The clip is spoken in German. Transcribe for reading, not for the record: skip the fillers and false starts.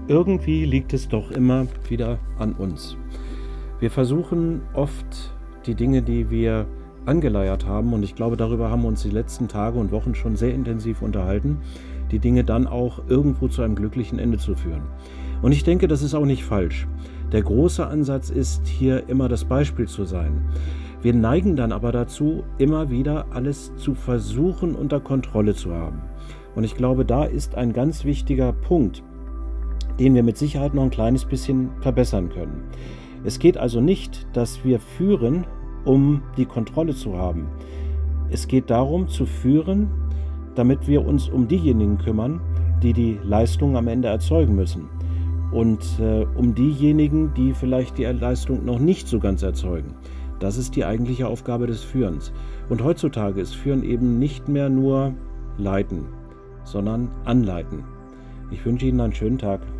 irgendwie liegt es doch immer wieder an uns. Wir versuchen oft die Dinge, die wir angeleiert haben, und ich glaube, darüber haben wir uns die letzten Tage und Wochen schon sehr intensiv unterhalten, die Dinge dann auch irgendwo zu einem glücklichen Ende zu führen. Und ich denke, das ist auch nicht falsch. Der große Ansatz ist, hier immer das Beispiel zu sein. Wir neigen dann aber dazu, immer wieder alles zu versuchen, unter Kontrolle zu haben. Und ich glaube, da ist ein ganz wichtiger Punkt, den wir mit Sicherheit noch ein kleines bisschen verbessern können. Es geht also nicht, dass wir führen, um die Kontrolle zu haben. Es geht darum, zu führen, damit wir uns um diejenigen kümmern, die die Leistung am Ende erzeugen müssen. Und um diejenigen, die vielleicht die Leistung noch nicht so ganz erzeugen. Das ist die eigentliche Aufgabe des Führens. Und heutzutage ist Führen eben nicht mehr nur leiten, sondern anleiten. Ich wünsche Ihnen einen schönen Tag.